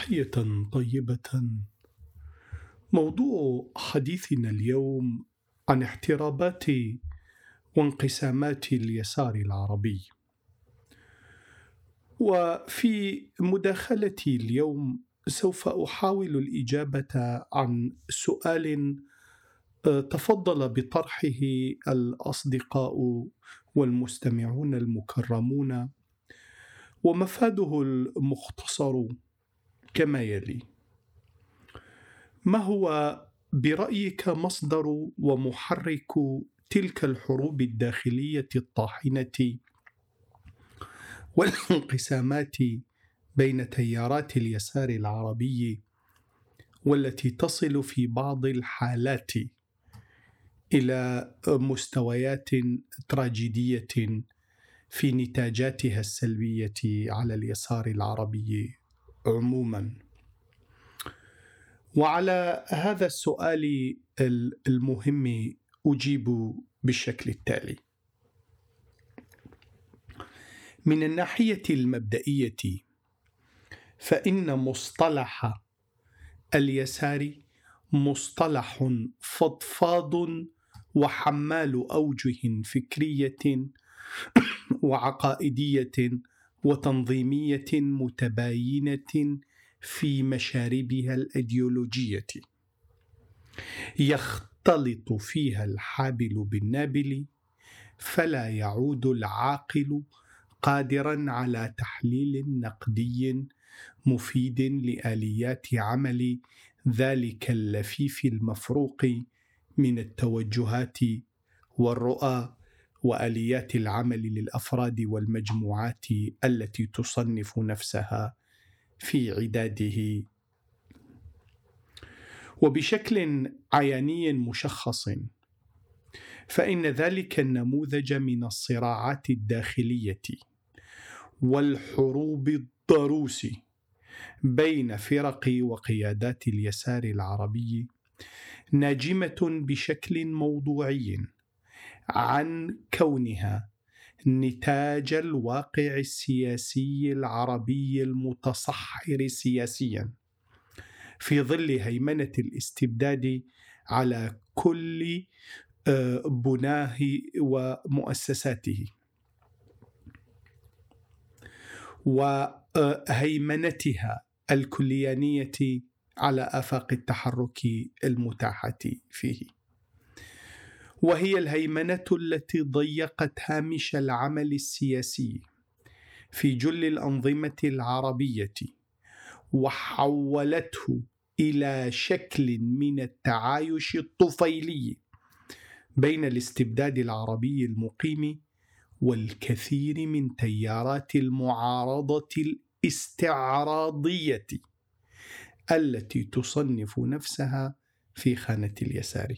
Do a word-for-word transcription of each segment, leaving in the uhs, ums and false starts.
تحية طيبة. موضوع حديثنا اليوم عن احترابات وانقسامات اليسار العربي. وفي مداخلتي اليوم سوف أحاول الإجابة عن سؤال تفضل بطرحه الأصدقاء والمستمعون المكرمون، ومفاده المختصر كما يلي: ما هو برأيك مصدر ومحرك تلك الحروب الداخلية الطاحنة والانقسامات بين تيارات اليسار العربي، والتي تصل في بعض الحالات إلى مستويات تراجيدية في نتاجاتها السلبية على اليسار العربي عموما؟ وعلى هذا السؤال المهم أجيب بالشكل التالي: من الناحية المبدئية، فإن مصطلح اليسار مصطلح فضفاض وحمال أوجه فكرية وعقائدية وتنظيمية متباينة في مشاربها الأيديولوجية، يختلط فيها الحابل بالنابل، فلا يعود العاقل قادرا على تحليل نقدي مفيد لآليات عمل ذلك اللفيف المفروق من التوجهات والرؤى وآليات العمل للأفراد والمجموعات التي تصنف نفسها في عداده. وبشكل عياني مشخص، فإن ذلك النموذج من الصراعات الداخلية والحروب الضروس بين فرق وقيادات اليسار العربي ناجمة بشكل موضوعي عن كونها نتاج الواقع السياسي العربي المتصحر سياسيا في ظل هيمنة الاستبداد على كل بناه ومؤسساته، وهيمنتها الكليانية على آفاق التحرك المتاحة فيه، وهي الهيمنة التي ضيقت هامش العمل السياسي في جل الأنظمة العربية وحولته إلى شكل من التعايش الطفيلي بين الاستبداد العربي المقيم والكثير من تيارات المعارضة الاستعراضية التي تصنف نفسها في خانة اليسار،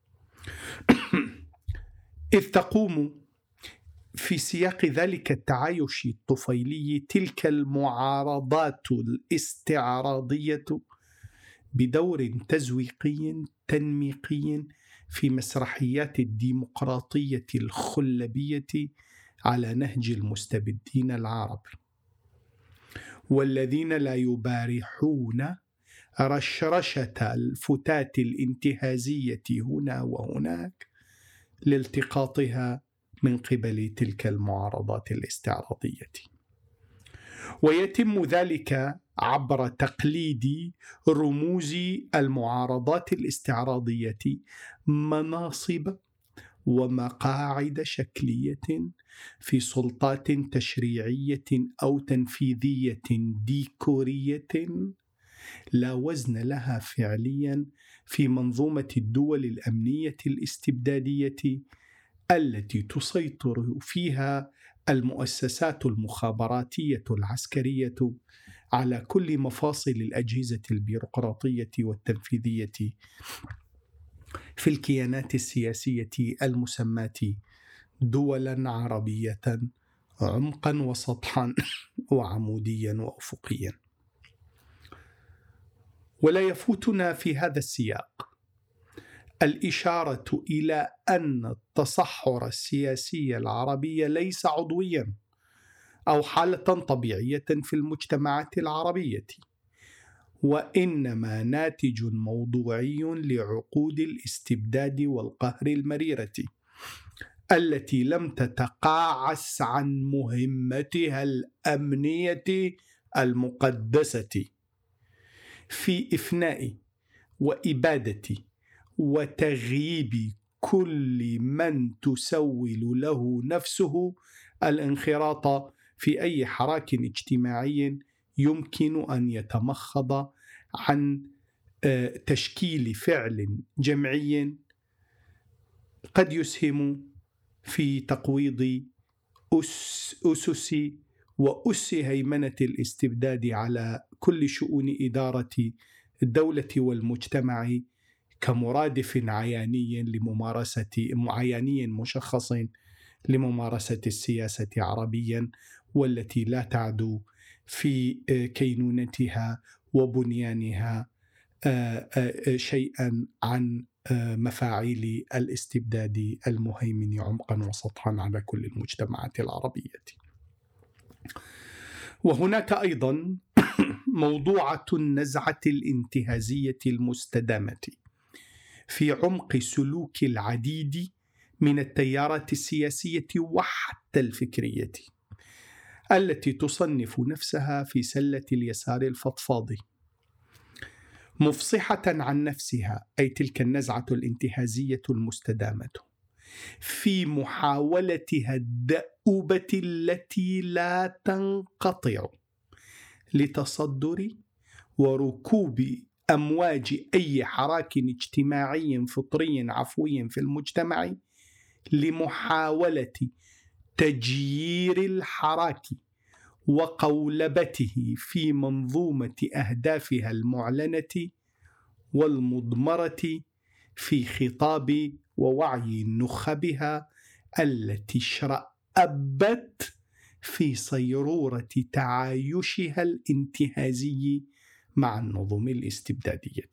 إذ تقوم في سياق ذلك التعايش الطفيلي تلك المعارضات الاستعراضية بدور تزويقي تنميقي في مسرحيات الديمقراطية الخلبية على نهج المستبدين العرب، والذين لا يبارحون رشرشة الفتات الانتهازية هنا وهناك لالتقاطها من قبل تلك المعارضات الاستعراضية. ويتم ذلك عبر تقليد رموز المعارضات الاستعراضية مناصب ومقاعد شكلية في سلطات تشريعية أو تنفيذية ديكورية لا وزن لها فعليا في منظومة الدول الأمنية الاستبدادية التي تسيطر فيها المؤسسات المخابراتية العسكرية على كل مفاصل الأجهزة البيروقراطية والتنفيذية في الكيانات السياسية المسماة دولا عربية عمقا وسطحا وعموديا وأفقيا. ولا يفوتنا في هذا السياق الإشارة إلى أن التصحر السياسي العربي ليس عضويا أو حالة طبيعية في المجتمعات العربية، وإنما ناتج موضوعي لعقود الاستبداد والقهر المريرة التي لم تتقاعس عن مهمتها الأمنية المقدسة في إفناء وإبادة وتغييب كل من تسول له نفسه الانخراط في أي حراك اجتماعي يمكن أن يتمخض عن تشكيل فعل جمعي قد يسهم في تقويض أس أسس وأس هيمنة الاستبداد على كل شؤون إدارة الدولة والمجتمع كمرادف عياني لممارسة عياني مشخص لممارسة السياسة عربيا، والتي لا تعدو في كينونتها وبنيانها شيئا عن مفاعيل الاستبداد المهيمن عمقا وسطحا على كل المجتمعات العربية. وهناك أيضا موضوعة النزعة الانتهازية المستدامة في عمق سلوك العديد من التيارات السياسية وحتى الفكرية التي تصنف نفسها في سلة اليسار الفضفاض، مفصحة عن نفسها، أي تلك النزعة الانتهازية المستدامة، في محاولتها الدؤوبة التي لا تنقطع لتصدر وركوب أمواج أي حراك اجتماعي فطري عفوي في المجتمع، لمحاولة تجيير الحراك وقولبته في منظومة أهدافها المعلنة والمضمرة في خطاب ووعي نخبها التي اشرأبت في صيرورة تعايشها الانتهازي مع النظم الاستبدادية.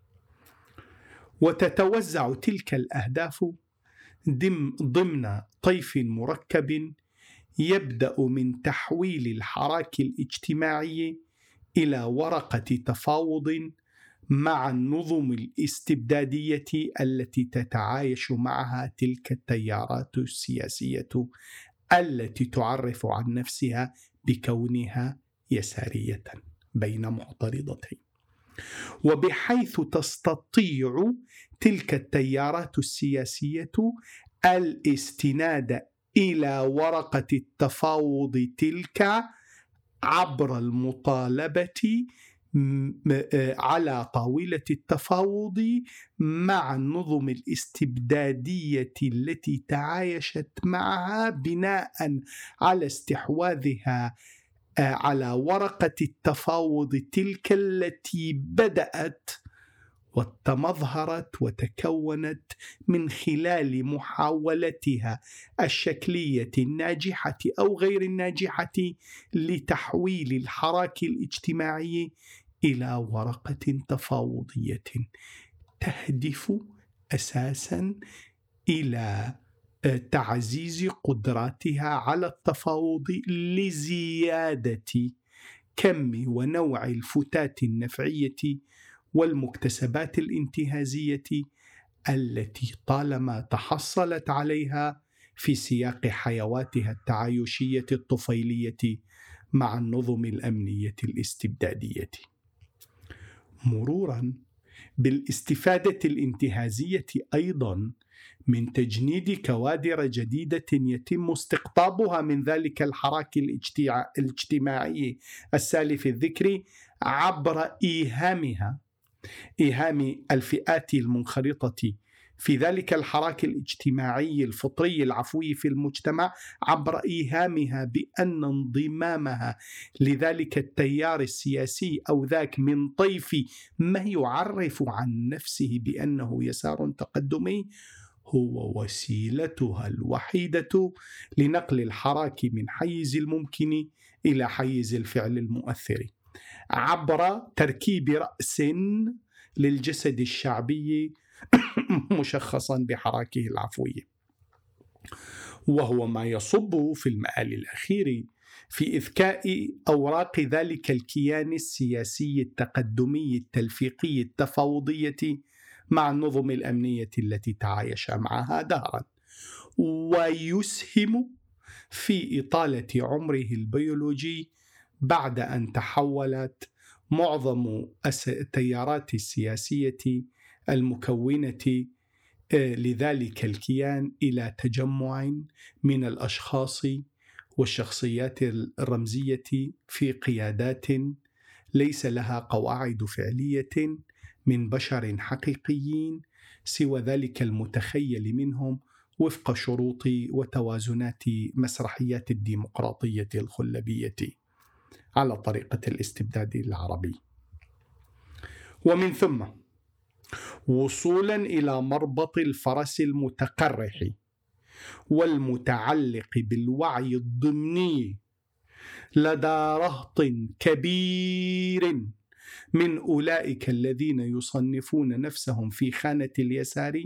وتتوزع تلك الأهداف ضمن طيف مركب يبدأ من تحويل الحراك الاجتماعي إلى ورقة تفاوض مع النظم الاستبدادية التي تتعايش معها تلك التيارات السياسية التي تعرف عن نفسها بكونها يسارية بين معترضتين، وبحيث تستطيع تلك التيارات السياسية الاستناد إلى ورقة التفاوض تلك عبر المطالبة على طاولة التفاوض مع النظم الاستبدادية التي تعايشت معها بناء على استحواذها على ورقة التفاوض تلك التي بدأت وتمظهرت وتكونت من خلال محاولتها الشكلية الناجحة أو غير الناجحة لتحويل الحراك الاجتماعي إلى ورقة تفاوضية تهدف أساسا إلى تعزيز قدراتها على التفاوض لزيادة كم ونوع الفتات النفعية والمكتسبات الانتهازية التي طالما تحصلت عليها في سياق حيواتها التعايشية الطفيلية مع النظم الأمنية الاستبدادية. مرورا بالاستفادة الانتهازية أيضا من تجنيد كوادر جديدة يتم استقطابها من ذلك الحراك الاجتماعي السالف الذكر عبر إيهامها إيهام الفئات المنخرطة في ذلك الحراك الاجتماعي الفطري العفوي في المجتمع، عبر إيهامها بأن انضمامها لذلك التيار السياسي أو ذاك من طيف ما يعرف عن نفسه بأنه يسار تقدمي هو وسيلتها الوحيدة لنقل الحراك من حيز الممكن إلى حيز الفعل المؤثر، عبر تركيب رأس للجسد الشعبي مشخصا بحراكه العفوي، وهو ما يصب في المآل الأخير في إذكاء أوراق ذلك الكيان السياسي التقدمي التلفيقي التفاوضية مع النظم الأمنية التي تعايش معها دهرا، ويسهم في إطالة عمره البيولوجي بعد أن تحولت معظم التيارات السياسية المكونة لذلك الكيان إلى تجمع من الأشخاص والشخصيات الرمزية في قيادات ليس لها قواعد فعلية من بشر حقيقيين سوى ذلك المتخيل منهم وفق شروط وتوازنات مسرحيات الديمقراطية الخلبية على طريقة الاستبداد العربي. ومن ثم وصولا إلى مربط الفرس المتقرح والمتعلق بالوعي الضمني لدى رهط كبير من أولئك الذين يصنفون نفسهم في خانة اليسار،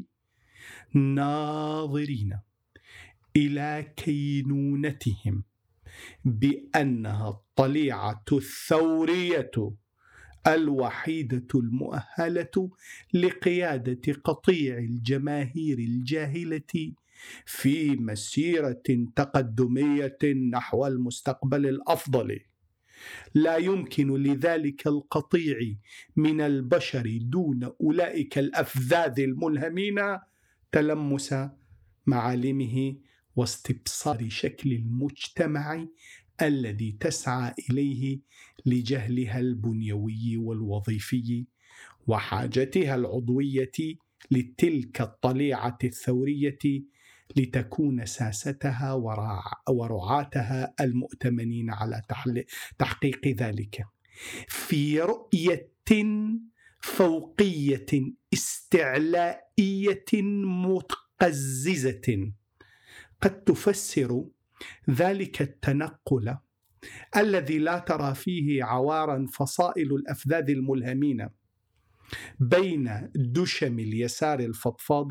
ناظرين إلى كينونتهم بأنها الطليعة الثورية الوحيدة المؤهلة لقيادة قطيع الجماهير الجاهلة في مسيرة تقدمية نحو المستقبل الأفضل. لا يمكن لذلك القطيع من البشر دون أولئك الأفذاذ الملهمين تلمس معالمه واستبصار شكل المجتمع الذي تسعى إليه لجهلها البنيوي والوظيفي وحاجتها العضوية لتلك الطليعة الثورية لتكون ساستها ورعاتها المؤتمنين على تحقيق ذلك في رؤية فوقية استعلائية متقززة قد تفسر ذلك التنقل الذي لا ترى فيه عوارا فصائل الأفذاذ الملهمين بين دشم اليسار الفضفاض،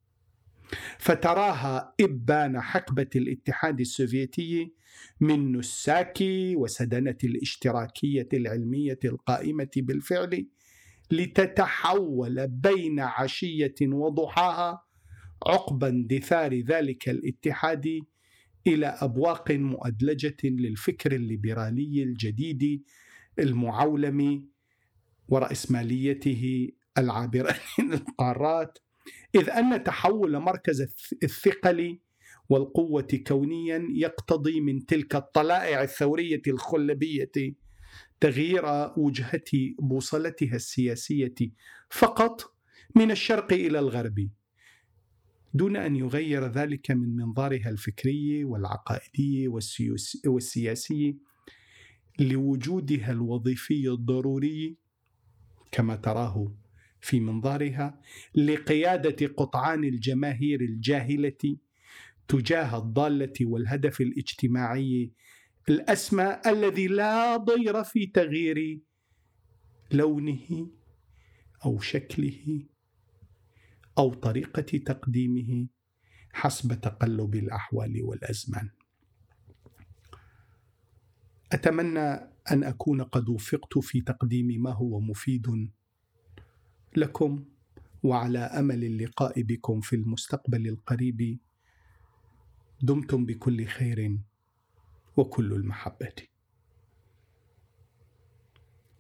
فتراها إبان حقبة الاتحاد السوفيتي من نساك وسدنة الاشتراكية العلمية القائمة بالفعل، لتتحول بين عشية وضحاها عقب اندثار ذلك الاتحاد إلى أبواق مؤدلجة للفكر الليبرالي الجديد المعولم ورأسماليته العابرة للقارات، إذ أن تحول مركز الثقل والقوة كونيا يقتضي من تلك الطلائع الثورية الخلبية تغيير وجهة بوصلتها السياسية فقط من الشرق إلى الغرب، دون أن يغير ذلك من منظارها الفكري والعقائدي والسياسي لوجودها الوظيفي الضروري كما تراه في منظارها لقيادة قطعان الجماهير الجاهلة تجاه الضالة والهدف الاجتماعي الأسمى الذي لا ضير في تغيير لونه أو شكله أو طريقة تقديمه حسب تقلب الأحوال والأزمان. أتمنى أن أكون قد وفقت في تقديم ما هو مفيد لكم، وعلى أمل اللقاء بكم في المستقبل القريب. دمتم بكل خير وكل المحبة.